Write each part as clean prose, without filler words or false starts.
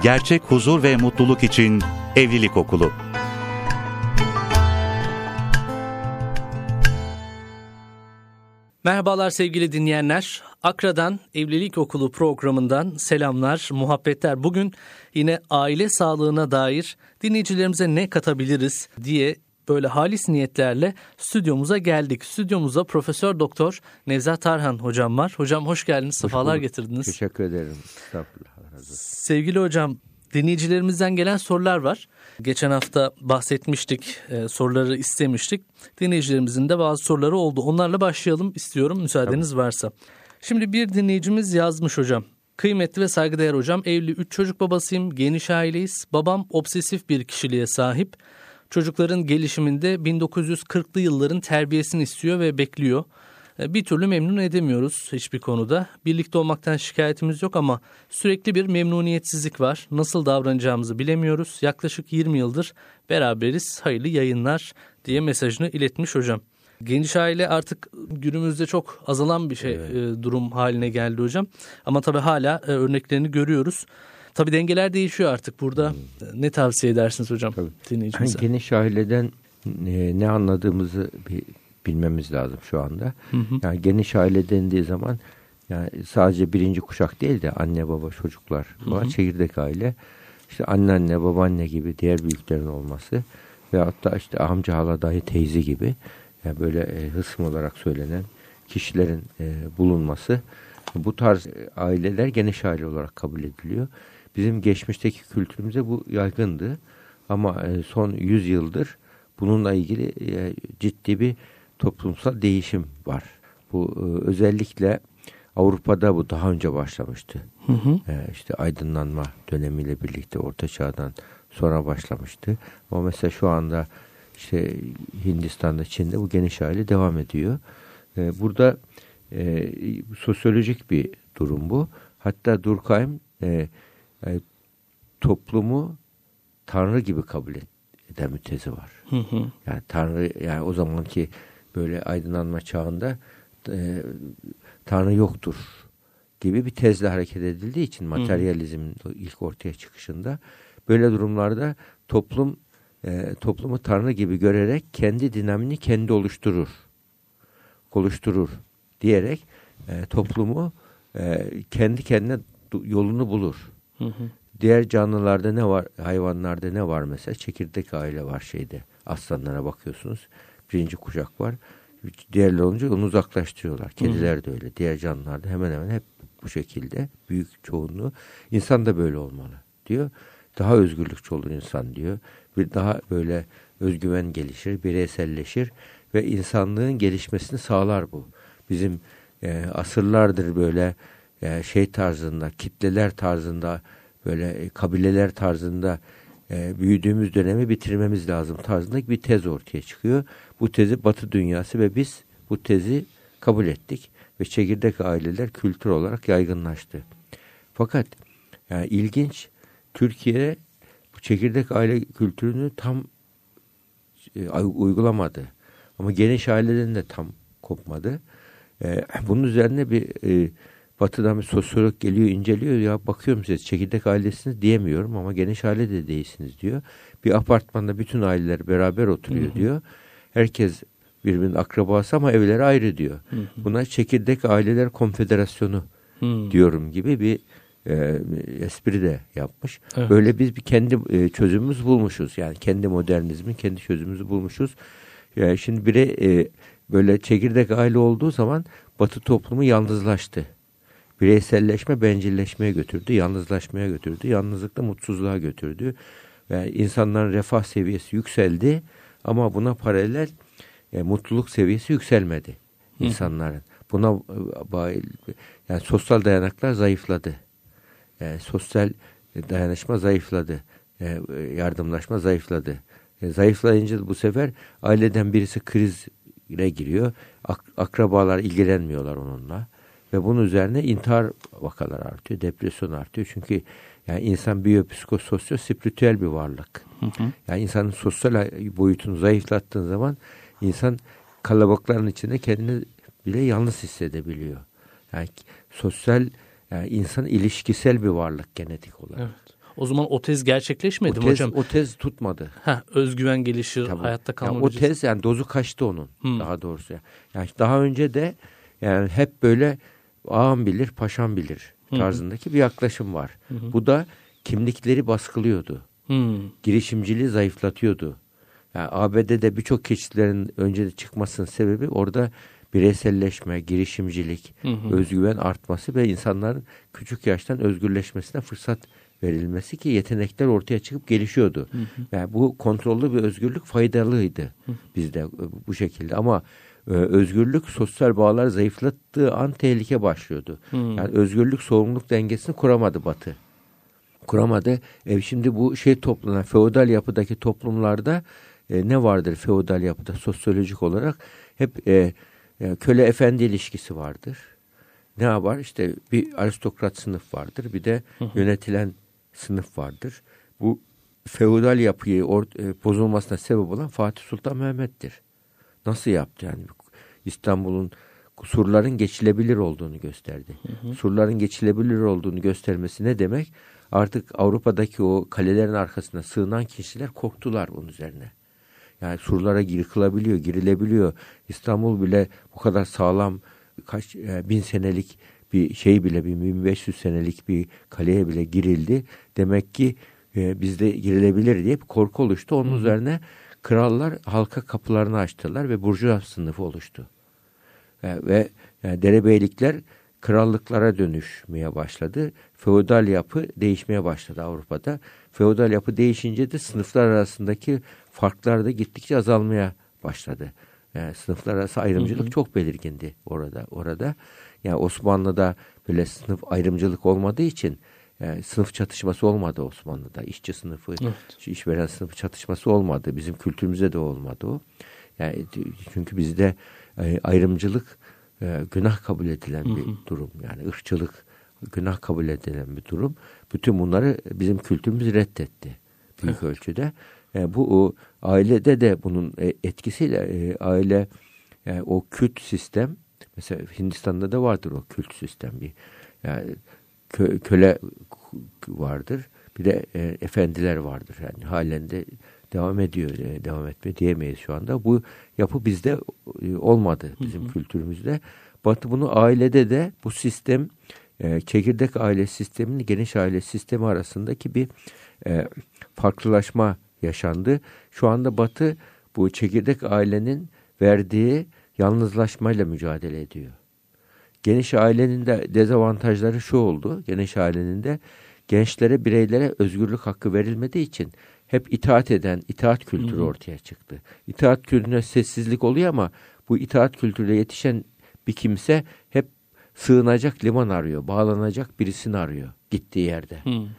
gerçek huzur ve mutluluk için Evlilik Okulu. Merhabalar sevgili dinleyenler. Akra'dan Evlilik Okulu programından selamlar, muhabbetler. Bugün yine aile sağlığına dair dinleyicilerimize ne katabiliriz diye böyle halis niyetlerle stüdyomuza geldik. Stüdyomuza Profesör Doktor Nevzat Tarhan hocam var. Hocam hoş geldiniz, sefalar getirdiniz. Teşekkür ederim. Sevgili hocam, dinleyicilerimizden gelen sorular var. Geçen hafta bahsetmiştik, soruları istemiştik. Dinleyicilerimizin de bazı soruları oldu. Onlarla başlayalım istiyorum, müsaadeniz varsa. Şimdi bir dinleyicimiz yazmış hocam. Kıymetli ve saygıdeğer hocam, evli 3 çocuk babasıyım, geniş aileyiz. Babam obsesif bir kişiliğe sahip. Çocukların gelişiminde 1940'lı yılların terbiyesini istiyor ve bekliyor. Bir türlü memnun edemiyoruz hiçbir konuda. Birlikte olmaktan şikayetimiz yok ama sürekli bir memnuniyetsizlik var. Nasıl davranacağımızı bilemiyoruz. Yaklaşık 20 yıldır beraberiz. Hayırlı yayınlar diye mesajını iletmiş hocam. Geniş aile artık günümüzde çok azalan bir durum haline geldi hocam. Ama tabii hala örneklerini görüyoruz. Tabii dengeler değişiyor artık. Burada ne tavsiye edersiniz hocam dinleyicimize? Geniş aileden ne anladığımızı bilmemiz lazım şu anda. Yani geniş aile dendiği zaman yani sadece birinci kuşak değil de anne baba çocuklar var. Çekirdek aile. İşte anneanne babaanne gibi diğer büyüklerin olması ve hatta işte amca hala dayı teyze gibi yani böyle hısım olarak söylenen kişilerin bulunması. Bu tarz aileler geniş aile olarak kabul ediliyor. Bizim geçmişteki kültürümüzde bu yaygındı. Ama son 100 yıldır bununla ilgili ciddi bir toplumsal değişim var. Bu özellikle Avrupa'da bu daha önce başlamıştı. İşte aydınlanma dönemiyle birlikte Orta Çağ'dan sonra başlamıştı. Ama mesela şu anda işte Hindistan'da, Çin'de bu geniş aile devam ediyor. Burada sosyolojik bir durum bu. Hatta Durkheim toplumu Tanrı gibi kabul eden bir tezi var. Yani Tanrı, yani o zamanki böyle aydınlanma çağında Tanrı yoktur gibi bir tezle hareket edildiği için materyalizmin ilk ortaya çıkışında böyle durumlarda toplumu Tanrı gibi görerek kendi dinamini kendi oluşturur diyerek toplumu kendi kendine yolunu bulur. Diğer canlılarda ne var? Hayvanlarda ne var mesela? Çekirdek aile var şeyde. Aslanlara bakıyorsunuz. Birinci kuşak var. Diğerleri olunca onu uzaklaştırıyorlar. Kediler de öyle. Diğer canlılarda hemen hemen hep bu şekilde. Büyük çoğunluğu. İnsan da böyle olmalı diyor. Daha özgürlükçü olur insan diyor. Bir daha böyle özgüven gelişir, bireyselleşir ve insanlığın gelişmesini sağlar bu. Bizim asırlardır böyle şey tarzında, kitleler tarzında, böyle kabileler tarzında büyüdüğümüz dönemi bitirmemiz lazım tarzında bir tez ortaya çıkıyor. Bu tezi Batı dünyası ve biz bu tezi kabul ettik ve çekirdek aileler kültür olarak yaygınlaştı. Fakat yani ilginç, Türkiye bu çekirdek aile kültürünü tam uygulamadı. Ama geniş aileden de tam kopmadı. Bunun üzerine bir Batı'dan bir sosyolog geliyor, inceliyor. Ya bakıyorum size çekirdek ailesiniz diyemiyorum ama geniş aile de değilsiniz diyor. Bir apartmanda bütün aileler beraber oturuyor diyor. Herkes birbirinin akrabası ama evleri ayrı diyor. Buna çekirdek aileler konfederasyonu diyorum gibi bir espri de yapmış. Evet. Böyle biz bir kendi çözümümüzü bulmuşuz. Yani kendi modernizmin kendi çözümümüzü bulmuşuz. Yani şimdi böyle çekirdek aile olduğu zaman Batı toplumu yalnızlaştı. Bireyselleşme bencilleşmeye götürdü, yalnızlaşmaya götürdü, yalnızlıkla mutsuzluğa götürdü. Yani insanların refah seviyesi yükseldi ama buna paralel mutluluk seviyesi yükselmedi insanların. Buna yani sosyal dayanaklar zayıfladı. Sosyal dayanışma zayıfladı. Yardımlaşma zayıfladı. Zayıflayınca bu sefer aileden birisi krize giriyor. Akrabalar ilgilenmiyorlar onunla. Ve bunun üzerine intihar vakaları artıyor, depresyon artıyor. Çünkü yani insan biyopsikososyal-spiritüel bir varlık. Yani insanın sosyal boyutunu zayıflattığın zaman insan kalabalıkların içinde kendini bile yalnız hissedebiliyor. Yani sosyal, yani insan ilişkisel bir varlık genetik olarak. Evet. O zaman o tez gerçekleşmedi mi hocam? O tez tutmadı. Özgüven gelişir, Tabii. hayatta kalma Yani o tez yani dozu kaçtı onun daha doğrusu. Yani daha önce de yani hep böyle ağam bilir, paşam bilir tarzındaki bir yaklaşım var. Bu da kimlikleri baskılıyordu. Girişimciliği zayıflatıyordu. Yani ABD'de birçok keçilerin önce de çıkmasının sebebi orada bireyselleşme, girişimcilik, özgüven artması ve insanların küçük yaştan özgürleşmesine fırsat verilmesi ki yetenekler ortaya çıkıp gelişiyordu. Yani bu kontrollü bir özgürlük faydalıydı bizde bu şekilde ama özgürlük sosyal bağlar zayıflattığı an tehlike başlıyordu. Yani özgürlük sorumluluk dengesini kuramadı Batı. Kuramadı. Şimdi bu toplumlar, feodal yapıdaki toplumlarda ne vardır feodal yapıda sosyolojik olarak? Hep köle efendi ilişkisi vardır. Ne var? İşte bir aristokrat sınıf vardır. Bir de yönetilen sınıf vardır. Bu feodal yapıyı bozulmasına sebep olan Fatih Sultan Mehmet'tir. Nasıl yaptı yani? İstanbul'un surların geçilebilir olduğunu gösterdi. Surların geçilebilir olduğunu göstermesi ne demek? Artık Avrupa'daki o kalelerin arkasına sığınan kişiler korktular bunun üzerine. Yani surlara yıkılabiliyor, girilebiliyor. İstanbul bile bu kadar sağlam kaç bin senelik bir bile 1500 senelik bir kaleye bile girildi. Demek ki bizde girilebilir diye bir korku oluştu. Onun üzerine krallar halka kapılarını açtılar ve burjuva sınıfı oluştu. Ve derebeylikler krallıklara dönüşmeye başladı. Feodal yapı değişmeye başladı Avrupa'da. Feodal yapı değişince de sınıflar arasındaki farklar da gittikçe azalmaya başladı. Yani sınıflar arası ayrımcılık çok belirgindi orada. Yani Osmanlı'da böyle sınıf ayrımcılık olmadığı için sınıf çatışması olmadı Osmanlı'da. İşçi sınıfı, işveren sınıfı çatışması olmadı. Bizim kültürümüzde de olmadı o. Yani çünkü bizde ayrımcılık günah kabul edilen bir durum. Yani ırkçılık günah kabul edilen bir durum. Bütün bunları bizim kültürümüz reddetti büyük ölçüde. Bu ailede de bunun etkisiyle aile o kült sistem mesela Hindistan'da da vardır o kült sistem yani köle vardır. Bir de efendiler vardır. Yani halen de devam ediyor. Devam etme diyemeyiz şu anda. Bu yapı bizde olmadı bizim kültürümüzde. Batı bunu ailede de bu sistem çekirdek aile sisteminin geniş aile sistemi arasındaki bir farklılaşma yaşandı. Şu anda Batı bu çekirdek ailenin verdiği yalnızlaşmayla mücadele ediyor. Geniş ailenin de dezavantajları şu oldu. Geniş ailenin de gençlere, bireylere özgürlük hakkı verilmediği için hep itaat kültürü ortaya çıktı. İtaat kültürüne sessizlik oluyor ama bu itaat kültürüne yetişen bir kimse hep sığınacak liman arıyor, bağlanacak birisini arıyor gittiği yerde.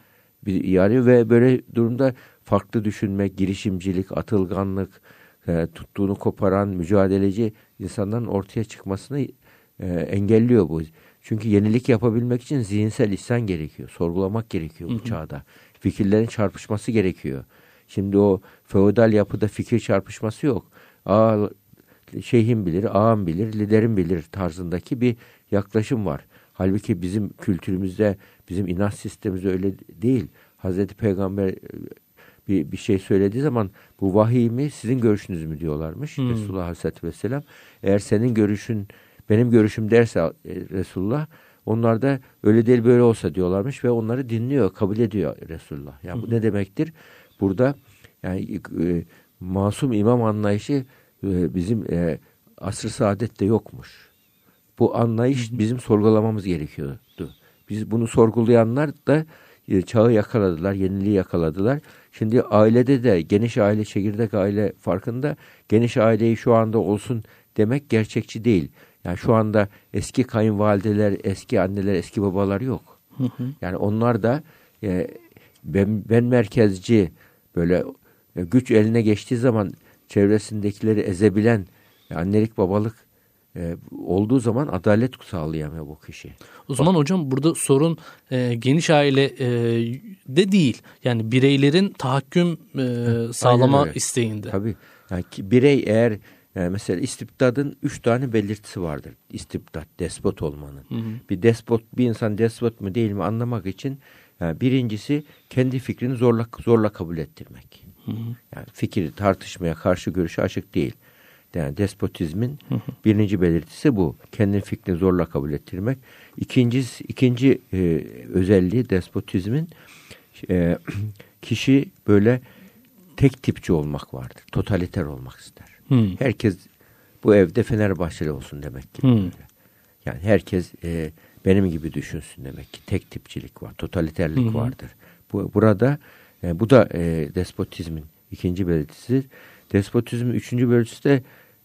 Yani ve böyle durumda farklı düşünme, girişimcilik, atılganlık, tuttuğunu koparan, mücadeleci insanların ortaya çıkmasını engelliyor bu. Çünkü yenilik yapabilmek için zihinsel ihsan gerekiyor. Sorgulamak gerekiyor bu çağda. Fikirlerin çarpışması gerekiyor. Şimdi o feodal yapıda fikir çarpışması yok. Şeyhim bilir, ağam bilir, liderim bilir tarzındaki bir yaklaşım var. Halbuki bizim kültürümüzde, bizim inanç sistemimizde öyle değil. Hazreti Peygamber bir şey söylediği zaman bu vahiy mi, sizin görüşünüz mü diyorlarmış Resulullah Aleyhisselatü Vesselam. Eğer senin görüşün benim görüşüm derse Resulullah, onlar da öyle değil böyle olsa diyorlarmış ve onları dinliyor, kabul ediyor Resulullah. Yani bu ne demektir? Burada yani masum imam anlayışı bizim asr-ı saadette yokmuş. Bu anlayış bizim sorgulamamız gerekiyordu. Biz bunu sorgulayanlar da çağı yakaladılar, yeniliği yakaladılar. Şimdi ailede de geniş aile, çekirdek aile farkında geniş aileyi şu anda olsun demek gerçekçi değil. Yani şu anda eski kayınvalideler, eski anneler, eski babalar yok. Yani onlar da ben merkezci böyle güç eline geçtiği zaman çevresindekileri ezebilen annelik babalık olduğu zaman adalet sağlayamıyor bu kişi. O zaman hocam burada sorun geniş aile de değil. Yani bireylerin tahakküm sağlama isteğinde. Tabii. Yani birey eğer mesela istibdadın 3 tane belirtisi vardır. İstibdat, despot olmanın. Bir insan despot mu değil mi anlamak için Yani birincisi kendi fikrini zorla kabul ettirmek. Yani fikri tartışmaya, karşı görüşe açık değil. Yani despotizmin birinci belirtisi bu. Kendi fikrini zorla kabul ettirmek. İkinci özelliği despotizmin kişi böyle tek tipçi olmak vardır. Totaliter olmak ister. Herkes bu evde Fenerbahçeli olsun demek ki. Yani herkes benim gibi düşünsün demek ki. Tek tipçilik var. Totaliterlik vardır. Burada bu da despotizmin ikinci belirtisi. Despotizmin üçüncü belirtisi de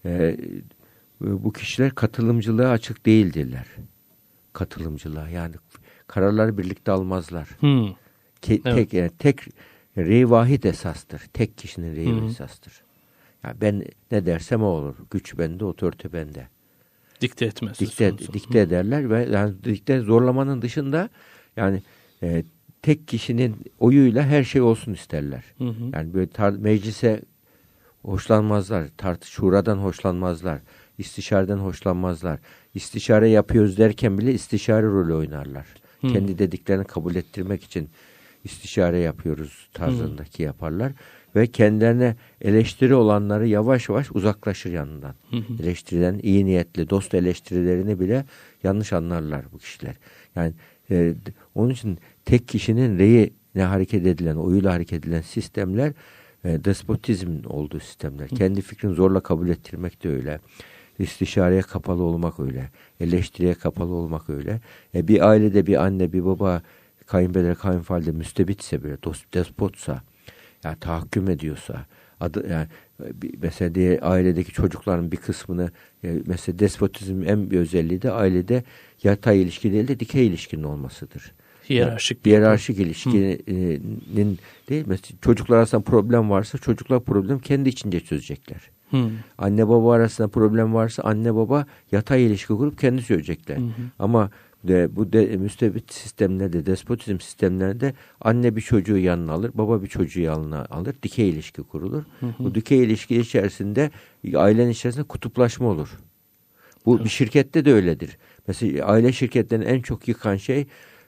bu kişiler katılımcılığa açık değildirler. Katılımcılığa, yani kararları birlikte almazlar. Evet. Tek rey vahid esastır. Tek kişinin reyi esastır. Yani ben ne dersem o olur. Güç bende, otorite bende. Dikte etmez. Dikte ederler ve yani dikte zorlamanın dışında yani tek kişinin oyuyla her şey olsun isterler. Yani böyle meclise hoşlanmazlar. Şuradan hoşlanmazlar. İstişareden hoşlanmazlar. İstişare yapıyoruz derken bile istişare rolü oynarlar. Kendi dediklerini kabul ettirmek için istişare yapıyoruz tarzındaki yaparlar. Ve kendilerine eleştiri olanları yavaş yavaş uzaklaşır yanından. Eleştiriden iyi niyetli dost eleştirilerini bile yanlış anlarlar bu kişiler. Yani onun için tek kişinin reyine hareket edilen, oyuyla hareket edilen sistemler despotizmin olduğu sistemler. Kendi fikrini zorla kabul ettirmek de öyle. İstişareye kapalı olmak öyle. Eleştiriye kapalı olmak öyle. Bir ailede bir anne, bir baba, kayınpeder, kayınvalide müstebitse böyle, despotsa, yani tahakküm ediyorsa, yani mesela ailedeki çocukların bir kısmını, mesela despotizmin en bir özelliği de ailede yatay ilişki değil de dikey ilişkinin olmasıdır. Hiyerarşik ilişkinin değil mi? Çocuklar arasında problem varsa çocuklar problem kendi içince çözecekler. Anne baba arasında problem varsa anne baba yatay ilişki kurup kendi çözecekler. Ama bu müstebit sistemlerde, despotizm sistemlerinde anne bir çocuğu yanına alır, baba bir çocuğu yanına alır, dikey ilişki kurulur. Bu dikey ilişki içerisinde ailenin içerisinde kutuplaşma olur. Bu bir şirkette de öyledir. Mesela aile şirketlerini en çok yıkan şey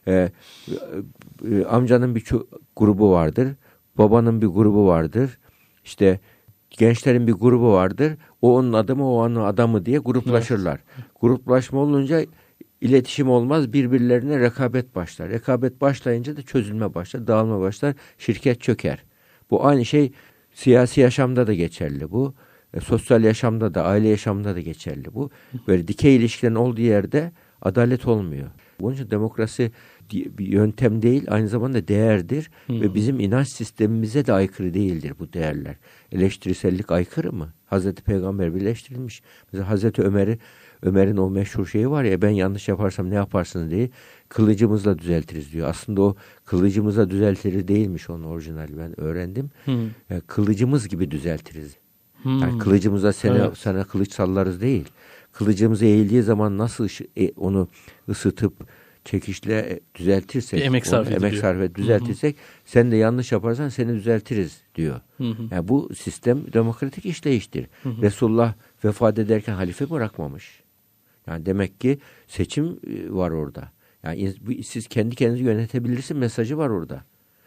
amcanın bir grubu vardır, babanın bir grubu vardır, işte gençlerin bir grubu vardır, o onun adamı, o onun adamı diye gruplaşırlar. Gruplaşma olunca İletişim olmaz, birbirlerine rekabet başlar. Rekabet başlayınca da çözülme başlar, dağılma başlar, şirket çöker. Bu aynı şey siyasi yaşamda da geçerli bu. Sosyal yaşamda da, aile yaşamında da geçerli bu. Böyle dikey ilişkilerin olduğu yerde adalet olmuyor. Bunun için demokrasi bir yöntem değil, aynı zamanda değerdir. Ve bizim inanç sistemimize de aykırı değildir bu değerler. Eleştirisellik aykırı mı? Hazreti Peygamber birleştirilmiş. Mesela Hazreti Ömer'in o meşhur şeyi var ya, ben yanlış yaparsam ne yaparsınız diye, kılıcımızla düzeltiriz diyor. Aslında o kılıcımızla düzeltiriz değilmiş onun orijinali, ben öğrendim. Yani kılıcımız gibi düzeltiriz. Yani kılıcımıza sana kılıç sallarız değil. Kılıcımız eğildiği zaman nasıl onu ısıtıp çekişle düzeltirsek, emek sarf et düzeltirsek, sen de yanlış yaparsan seni düzeltiriz diyor. Yani bu sistem demokratik işleyiştir. Resulullah vefat ederken halife bırakmamış. Yani demek ki seçim var orada. Yani siz kendi kendinizi yönetebilirsin mesajı var orada.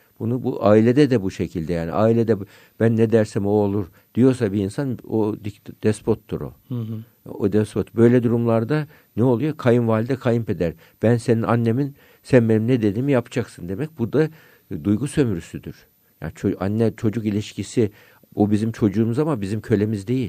Bu ailede de bu şekilde, yani ailede ben ne dersem o olur diyorsa bir insan, o despottur o. O despot. Böyle durumlarda ne oluyor? Kayınvalide, kayınpeder. Ben senin annemin, sen benim ne dediğimi yapacaksın demek. Bu da duygu sömürüsüdür. Yani anne çocuk ilişkisi, o bizim çocuğumuz ama bizim kölemiz değil.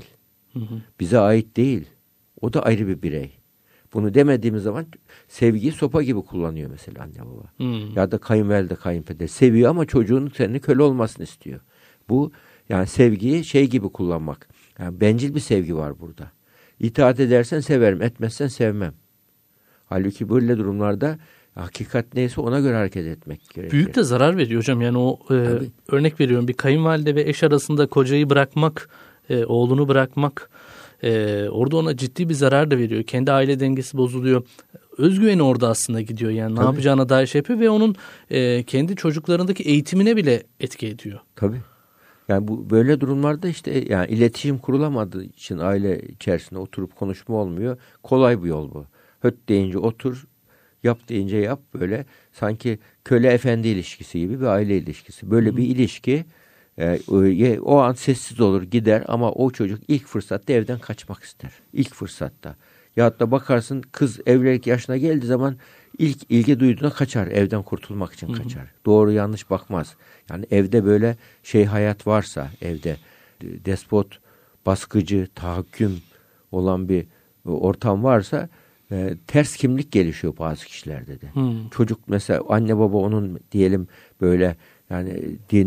Bize ait değil. O da ayrı bir birey. Bunu demediğimiz zaman sevgiyi sopa gibi kullanıyor mesela anne baba. Ya da kayınvalide, kayınpeder seviyor ama çocuğunun senin köle olmasını istiyor. Bu yani sevgiyi şey gibi kullanmak. Yani bencil bir sevgi var burada. İtaat edersen severim, etmezsen sevmem. Halbuki böyle durumlarda hakikat neyse ona göre hareket etmek gerekiyor. Büyük de zarar veriyor hocam. Yani o örnek veriyorum, bir kayınvalide ve eş arasında kocayı bırakmak, oğlunu bırakmak, orada ona ciddi bir zarar da veriyor. Kendi aile dengesi bozuluyor. Özgüveni orada aslında gidiyor. Yani ne yapacağına dair şey yapıyor ve onun kendi çocuklarındaki eğitimine bile etki ediyor. Tabii. Yani bu böyle durumlarda işte yani iletişim kurulamadığı için aile içerisinde oturup konuşma olmuyor. Kolay bir yol bu. Höt deyince otur, Yap deyince yap, böyle sanki köle efendi ilişkisi gibi bir aile ilişkisi. Böyle bir ilişki o an sessiz olur, gider ama o çocuk ilk fırsatta evden kaçmak ister. İlk fırsatta. Ya da bakarsın kız evlilik yaşına geldiği zaman ilk ilgi duyduğuna kaçar. Evden kurtulmak için kaçar. Doğru yanlış bakmaz. Yani evde böyle hayat varsa, evde despot, baskıcı, tahakküm olan bir ortam varsa ters kimlik gelişiyor bazı kişilerde de. Çocuk mesela anne baba onun diyelim böyle yani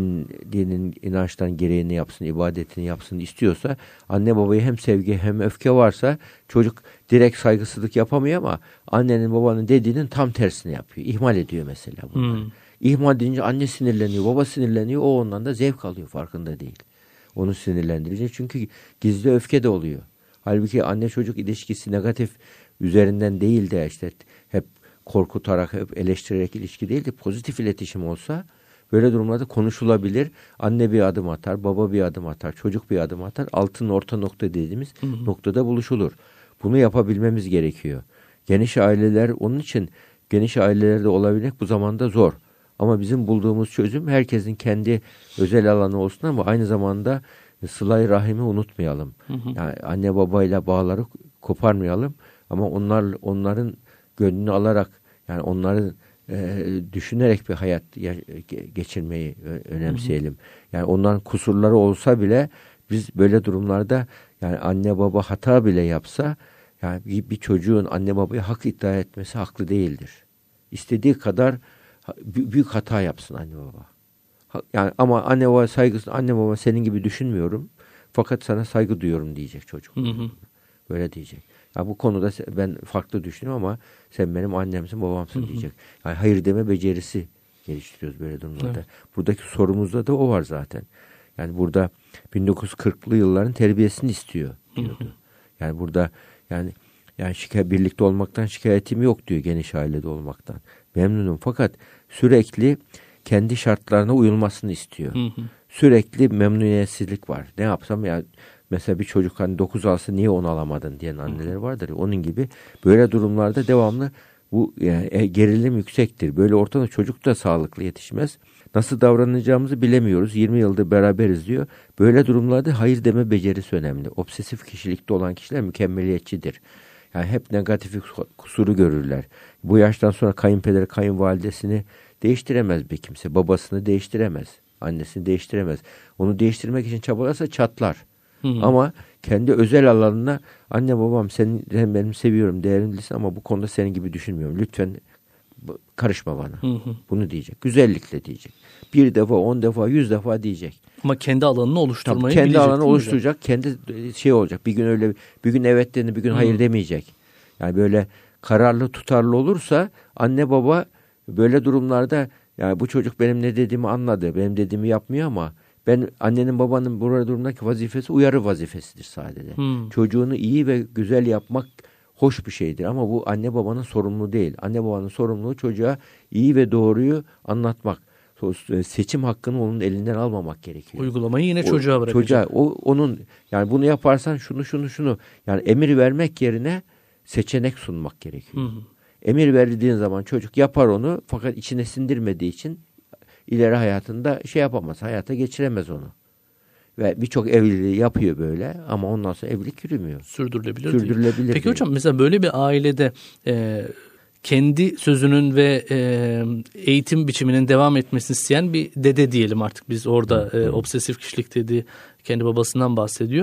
dinin inançtan gereğini yapsın, ibadetini yapsın istiyorsa, anne babaya hem sevgi hem öfke varsa çocuk direkt saygısızlık yapamıyor ama annenin babanın dediğinin tam tersini yapıyor. İhmal ediyor mesela bunları. İhmal edince anne sinirleniyor, baba sinirleniyor, o ondan da zevk alıyor, farkında değil. Onu sinirlendirecek çünkü gizli öfke de oluyor. Halbuki anne çocuk ilişkisi negatif üzerinden değil de işte hep korkutarak, hep eleştirerek ilişki değil de pozitif iletişim olsa böyle durumlarda konuşulabilir. Anne bir adım atar, baba bir adım atar, çocuk bir adım atar. Altın orta nokta dediğimiz noktada buluşulur. Bunu yapabilmemiz gerekiyor. Geniş aileler, onun için geniş ailelerde olabilmek bu zamanda zor. Ama bizim bulduğumuz çözüm herkesin kendi özel alanı olsun ama aynı zamanda sıla-i rahimi unutmayalım. Yani anne babayla bağları koparmayalım ama onların gönlünü alarak, yani onların düşünerek bir hayat geçirmeyi önemseyelim. Yani onların kusurları olsa bile biz böyle durumlarda, yani anne baba hata bile yapsa, yani bir çocuğun anne babaya hak iddia etmesi haklı değildir. İstediği kadar büyük hata yapsın anne baba. Yani ama anne baba saygısı, anne baba senin gibi düşünmüyorum fakat sana saygı duyuyorum diyecek çocuk. Böyle diyecek. Ya bu konuda ben farklı düşünüyorum ama sen benim annemsin, babamsın diyecek. Yani hayır deme becerisi geliştiriyoruz böyle durumlarda. Evet. Buradaki sorumuzda da o var zaten. Yani burada 1940'lı yılların terbiyesini istiyor diyordu. Yani burada yani birlikte olmaktan şikayetim yok diyor, geniş ailede olmaktan. Memnunum fakat sürekli kendi şartlarına uyulmasını istiyor. Sürekli memnuniyetsizlik var. Ne yapsam ya, mesela bir çocuk hani 9 alsa niye 10 alamadın diyen anneler vardır. Onun gibi böyle durumlarda devamlı bu gerilim yüksektir. Böyle ortamda çocuk da sağlıklı yetişmez. Nasıl davranacağımızı bilemiyoruz. 20 yıldır beraberiz diyor. Böyle durumlarda hayır deme becerisi önemli. Obsesif kişilikte olan kişiler mükemmeliyetçidir. Yani hep negatif kusuru görürler. Bu yaştan sonra kayınpederi, kayınvalidesini değiştiremez bir kimse. Babasını değiştiremez. Annesini değiştiremez. Onu değiştirmek için çabalarsa çatlar. Ama kendi özel alanına anne babam sen benim seviyorum, değerlisin ama bu konuda senin gibi düşünmüyorum. Lütfen karışma bana. Bunu diyecek. Güzellikle diyecek. 1 defa, 10 defa, 100 defa diyecek. Ama kendi alanını oluşturmayı bilecek. Kendi alanını oluşturacak. Hocam? Kendi olacak. Bir gün öyle, bir gün evet dedi, bir gün hayır demeyecek. Yani böyle kararlı, tutarlı olursa anne baba böyle durumlarda, yani bu çocuk benim ne dediğimi anladı. Benim dediğimi yapmıyor ama annenin babanın burada durumdaki vazifesi uyarı vazifesidir sadece. Çocuğunu iyi ve güzel yapmak hoş bir şeydir ama bu anne babanın sorumluluğu değil. Anne babanın sorumluluğu çocuğa iyi ve doğruyu anlatmak. Seçim hakkını onun elinden almamak gerekiyor. Uygulamayı yine çocuğa bırakacak. Çocuğa onun, yani bunu yaparsan şunu yani emir vermek yerine seçenek sunmak gerekiyor. Emir verildiğin zaman çocuk yapar onu fakat içine sindirmediği için ileri hayatında yapamaz, hayata geçiremez onu. Ve birçok evliliği yapıyor böyle ama ondan sonra evlilik yürümüyor. Sürdürülebilir değil. Peki hocam, mesela böyle bir ailede kendi sözünün ve eğitim biçiminin devam etmesini isteyen bir dede diyelim artık biz orada, obsesif kişilik dediği kendi babasından bahsediyor.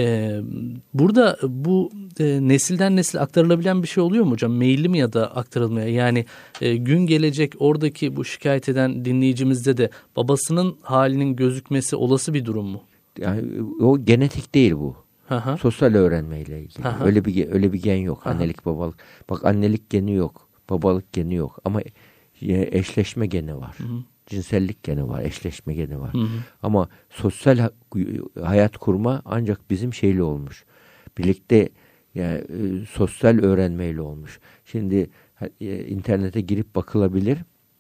Burada bu nesilden nesile aktarılabilen bir şey oluyor mu hocam? Meyilli mi ya da aktarılmaya? Yani gün gelecek oradaki bu şikayet eden dinleyicimizde de babasının halinin gözükmesi olası bir durum mu? Yani o genetik değil bu. Sosyal öğrenmeyle ilgili. Öyle bir gen yok. Annelik, babalık. Bak, annelik geni yok. Babalık geni yok. Ama eşleşme geni var. Cinsellik geni var. Eşleşme geni var. Ama sosyal hayat kurma ancak bizim şeyle olmuş. Birlikte sosyal öğrenmeyle olmuş. Şimdi internete girip bakılabilir.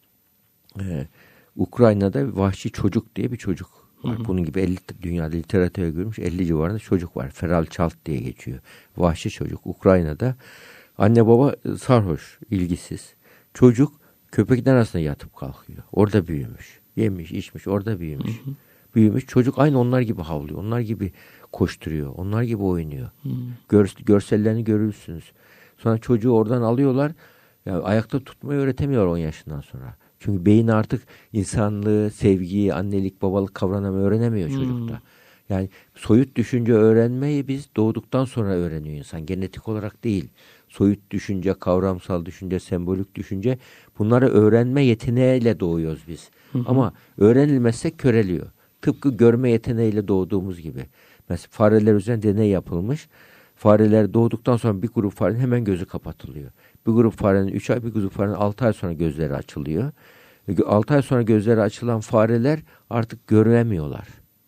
Ukrayna'da Vahşi Çocuk diye bir çocuk var. Bunun gibi dünyada literatüre görmüş 50 civarında çocuk var. Feral Çalt diye geçiyor. Vahşi çocuk Ukrayna'da. Anne baba sarhoş, ilgisiz. Çocuk köpekler arasında yatıp kalkıyor. Orada büyümüş. Yemiş, içmiş, orada büyümüş. Büyümüş. Çocuk aynı onlar gibi havlıyor. Onlar gibi koşturuyor. Onlar gibi oynuyor. Görsellerini görürsünüz. Sonra çocuğu oradan alıyorlar. Yani ayakta tutmayı öğretemiyor 10 yaşından sonra. Çünkü beyin artık insanlığı, sevgiyi, annelik, babalık kavramını öğrenemiyor çocukta. Yani soyut düşünce öğrenmeyi biz doğduktan sonra öğreniyor insan. Genetik olarak değil. Soyut düşünce, kavramsal düşünce, sembolik düşünce, bunları öğrenme yeteneğiyle doğuyoruz biz. Ama öğrenilmezse köreliyor. Tıpkı görme yeteneğiyle doğduğumuz gibi. Mesela fareler üzerinde deney yapılmış. Fareler doğduktan sonra bir grup farenin hemen gözü kapatılıyor. Bir grup farenin 3 ay, bir grup farenin 6 ay sonra gözleri açılıyor. 6 ay sonra gözleri açılan fareler artık göremiyorlar.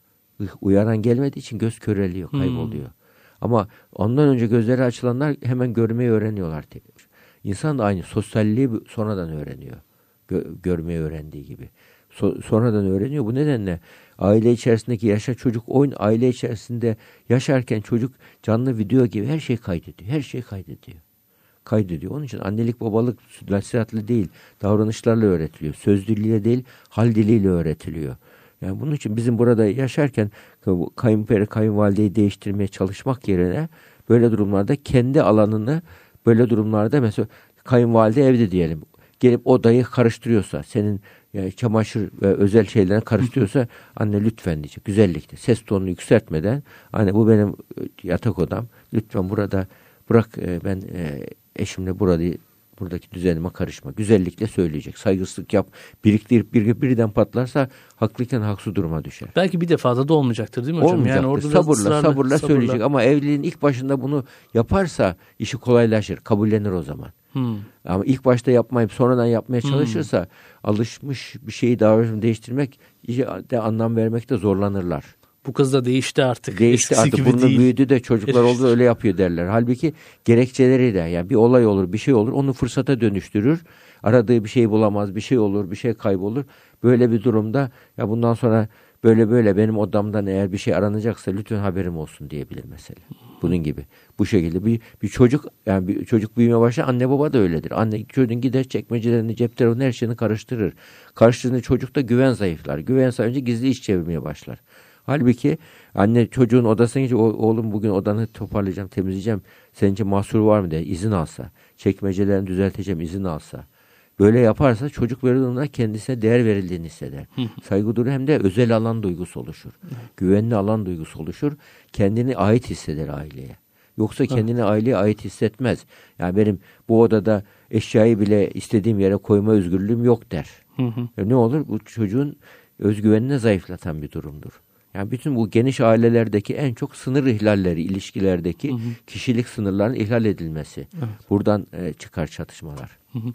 Uyaran gelmediği için göz köreliyor, kayboluyor. Ama ondan önce gözleri açılanlar hemen görmeyi öğreniyorlar tekrar. İnsan da aynı sosyalliği sonradan öğreniyor. Görmeyi öğrendiği gibi. Sonradan öğreniyor. Bu nedenle aile içerisindeki çocuk oyun, aile içerisinde yaşarken çocuk canlı video gibi her şeyi kaydediyor. Her şeyi kaydediyor. Onun için annelik babalık nasihatli değil, davranışlarla öğretiliyor. Söz diliyle değil, hal diliyle öğretiliyor. Yani bunun için bizim burada yaşarken kayınperi, kayınvalideyi değiştirmeye çalışmak yerine böyle durumlarda kendi alanını, böyle durumlarda mesela kayınvalide evde diyelim, gelip odayı karıştırıyorsa, senin yani çamaşır ve özel şeylerine karıştırıyorsa, anne lütfen diyecek güzellikle, ses tonunu yükseltmeden, anne bu benim yatak odam, lütfen burada bırak, ben eşimle buradaki düzenime karışma. Güzellikle söyleyecek. Saygısızlık yap. Biriktirip birden patlarsa haklıyken haksız duruma düşer. Belki bir defada da olmayacaktır değil mi hocam? Olmayacaktır. Yani orada sabırla söyleyecek. Ama evliliğin ilk başında bunu yaparsa işi kolaylaşır. Kabullenir o zaman. Ama ilk başta yapmayıp sonradan yapmaya çalışırsa alışmış bir şeyi değiştirmek de anlam vermekte zorlanırlar. Bu kız da değişti artık. Değişti artık, burnu büyüdü de çocuklar oldu öyle yapıyor derler. Halbuki gerekçeleri de, yani bir olay olur, bir şey olur, onu fırsata dönüştürür. Aradığı bir şey bulamaz, bir şey olur, bir şey kaybolur. Böyle bir durumda ya bundan sonra böyle benim odamdan eğer bir şey aranacaksa lütfen haberim olsun diyebilir mesela. Bunun gibi. Bu şekilde bir çocuk, yani bir çocuk büyümeye başlar, anne baba da öyledir. Anne çocuğun gider çekmecelerini, cep telefonu, her şeyini karıştırır. Karıştırdığında çocukta güven zayıflar. Güven zayıflayınca gizli iş çevirmeye başlar. Halbuki anne çocuğun odasına gidince, oğlum bugün odanı toparlayacağım, temizleyeceğim, sence mahsur var mı diye izin alsa, çekmecelerini düzelteceğim izin alsa, böyle yaparsa çocuk böyle durumda kendisine değer verildiğini hisseder. Saygı duyar, hem de özel alan duygusu oluşur. Güvenli alan duygusu oluşur. Kendini ait hisseder aileye. Yoksa kendini aileye ait hissetmez. Yani benim bu odada eşyayı bile istediğim yere koyma özgürlüğüm yok der. Ne olur? Bu çocuğun özgüvenini zayıflatan bir durumdur. Yani bütün bu geniş ailelerdeki en çok sınır ihlalleri, ilişkilerdeki kişilik sınırlarının ihlal edilmesi. Buradan çıkar çatışmalar.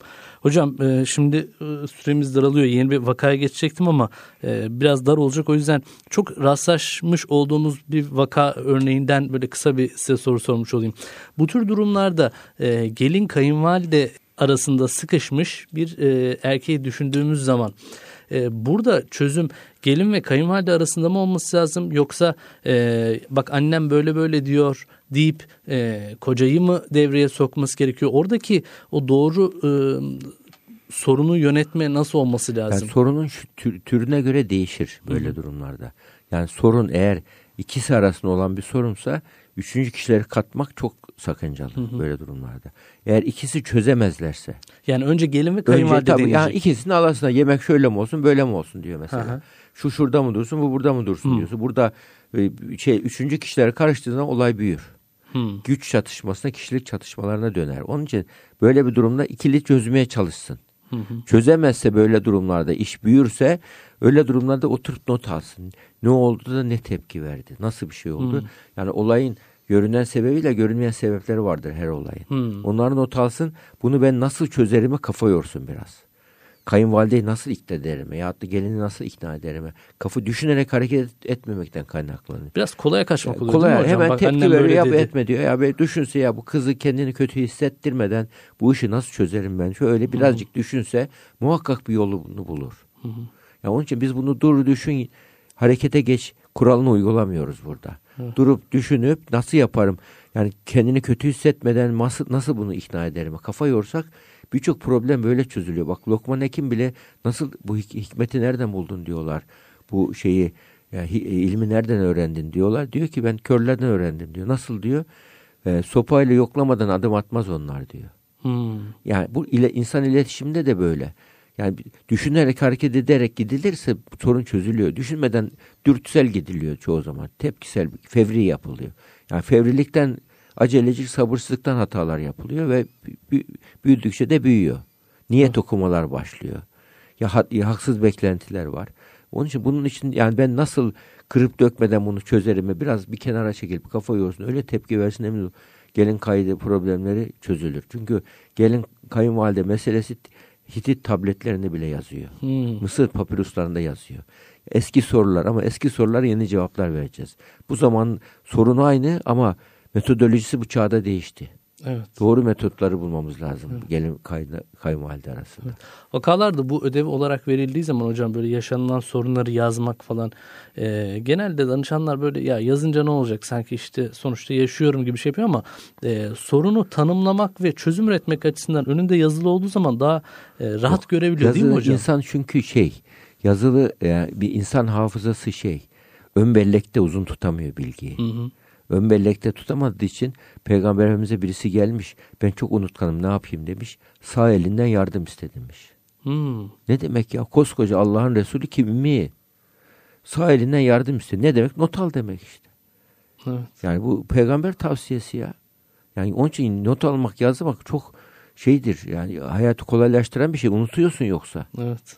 Hocam şimdi süremiz daralıyor. Yeni bir vakaya geçecektim ama biraz dar olacak. O yüzden çok rastlaşmış olduğumuz bir vaka örneğinden böyle kısa bir size soru sormuş olayım. Bu tür durumlarda gelin kayınvalide arasında sıkışmış bir erkeği düşündüğümüz zaman burada çözüm gelin ve kayınvalide arasında mı olması lazım, yoksa bak annem böyle diyor deyip kocayı mı devreye sokması gerekiyor? Oradaki o doğru sorunu yönetme nasıl olması lazım? Yani sorunun türüne göre değişir böyle durumlarda. Yani sorun eğer ikisi arasında olan bir sorunsa üçüncü kişileri katmak çok sakıncalı böyle durumlarda. Eğer ikisi çözemezlerse. Yani önce gelin ve kayınvalide deneyecek. Yani ikisinin arasında yemek şöyle mi olsun böyle mi olsun diyor mesela. Şu şurada mı dursun, bu burada mı dursun diyorsun. Burada üçüncü kişilere karıştığında olay büyür. Güç çatışmasına, kişilik çatışmalarına döner. Onun için böyle bir durumda ikili çözmeye çalışsın. Çözemezse böyle durumlarda, iş büyürse öyle durumlarda oturup not alsın. Ne oldu da ne tepki verdi? Nasıl bir şey oldu? Yani olayın görünen sebebiyle görünmeyen sebepleri vardır her olayın. Onları not alsın. Bunu ben nasıl çözerime kafa yorsun biraz. Kayınvalideyi nasıl ikna ederim ya da gelini nasıl ikna ederim? Kafa düşünerek hareket etmemekten kaynaklanıyor. Biraz kolaya kaçmak oluyor kolay, değil mi hocam? hemen bak, tepki veriyor, ya etme diyor. Ya be düşünse ya bu kızı kendini kötü hissettirmeden bu işi nasıl çözerim ben? Şöyle birazcık düşünse muhakkak bir yolunu bulur. Ya onun için biz bunu dur düşün, harekete geç kuralını uygulamıyoruz burada. Durup düşünüp nasıl yaparım? Yani kendini kötü hissetmeden nasıl bunu ikna ederim? Kafa yorsak birçok problem böyle çözülüyor. Bak Lokman Hekim bile nasıl bu hikmeti nereden buldun diyorlar. Bu şeyi yani ilmi nereden öğrendin diyorlar. Diyor ki ben körlerden öğrendim diyor. Nasıl diyor? Sopayla yoklamadan adım atmaz onlar diyor. Yani bu insan iletişiminde de böyle. Yani düşünerek hareket ederek gidilirse sorun çözülüyor. Düşünmeden dürtüsel gidiliyor çoğu zaman. Tepkisel, fevri yapılıyor. Yani fevrilikten, acelecilik, sabırsızlıktan hatalar yapılıyor ve büyüdükçe de büyüyor. Niyet okumalar başlıyor. Ya haksız beklentiler var. Onun için bunun için yani ben nasıl kırıp dökmeden bunu çözerim biraz bir kenara çekilip kafa yorsun öyle tepki versin emin ol. Gelin kaydı problemleri çözülür. Çünkü gelin kayınvalide meselesi Hitit tabletlerinde bile yazıyor. Mısır papiruslarında yazıyor. Eski sorular ama eski sorulara yeni cevaplar vereceğiz. Bu zaman sorun aynı ama metodolojisi bu çağda değişti. Evet. Doğru metotları bulmamız lazım. Evet. Gelin kayınvalide arasında. Evet. Vakalarda bu ödev olarak verildiği zaman hocam böyle yaşanılan sorunları yazmak falan genelde danışanlar böyle ya yazınca ne olacak sanki işte sonuçta yaşıyorum gibi şey yapıyor ama sorunu tanımlamak ve çözüm üretmek açısından önünde yazılı olduğu zaman daha rahat görebiliyor yazılı, değil mi hocam? İnsan çünkü yazılı bir insan hafızası ön bellekte uzun tutamıyor bilgiyi. Ön bellekte tutamadığı için Peygamber Efendimiz'e birisi gelmiş. Ben çok unutkanım ne yapayım demiş. Sağ elinden yardım istemiş. Ne demek ya? Koskoca Allah'ın Resulü kimi? Sağ elinden yardım istedi. Ne demek? Not al demek işte. Evet. Yani bu peygamber tavsiyesi ya. Yani onun için not almak, yazmak çok yani hayatı kolaylaştıran bir şey. Unutuyorsun yoksa. Evet.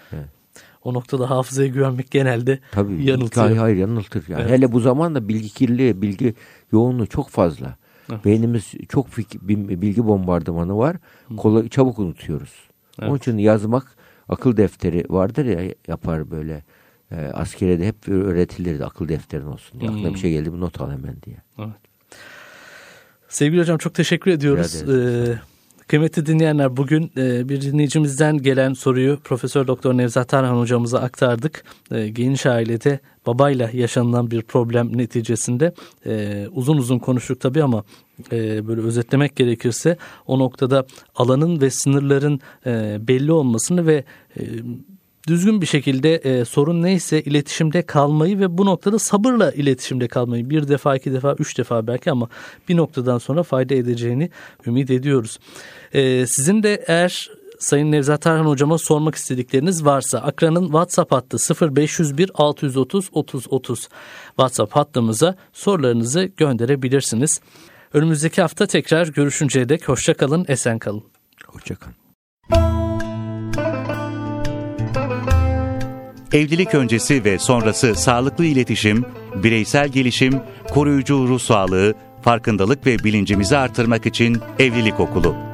O noktada hafızaya güvenmek genelde yanıltıyor. Hayır yanıltır. Yani. Evet. Hele bu zamanda bilgi kirliliği, bilgi yoğunluğu çok fazla. Evet. Beynimiz çok bilgi bombardımanı var. Çabuk unutuyoruz. Evet. Onun için yazmak, akıl defteri vardır ya yapar böyle. Askere de hep öğretilirdi akıl defterin olsun. Aklına bir şey geldi bir not al hemen diye. Evet. Sevgili hocam çok teşekkür ediyoruz. Kıymetli dinleyenler bugün bir dinleyicimizden gelen soruyu Profesör Doktor Nevzat Tarhan hocamıza aktardık. Geniş ailede babayla yaşanılan bir problem neticesinde uzun uzun konuştuk tabii ama böyle özetlemek gerekirse o noktada alanın ve sınırların belli olmasını ve düzgün bir şekilde sorun neyse iletişimde kalmayı ve bu noktada sabırla iletişimde kalmayı 1 defa, 2 defa, 3 defa belki ama bir noktadan sonra fayda edeceğini ümit ediyoruz. Sizin de eğer Sayın Nevzat Tarhan hocama sormak istedikleriniz varsa Akra'nın WhatsApp hattı 0501 630 30 30 WhatsApp hattımıza sorularınızı gönderebilirsiniz. Önümüzdeki hafta tekrar görüşünceye dek hoşça kalın, esen kalın. Hoşça kalın. Evlilik öncesi ve sonrası sağlıklı iletişim, bireysel gelişim, koruyucu ruh sağlığı, farkındalık ve bilincimizi artırmak için Evlilik Okulu.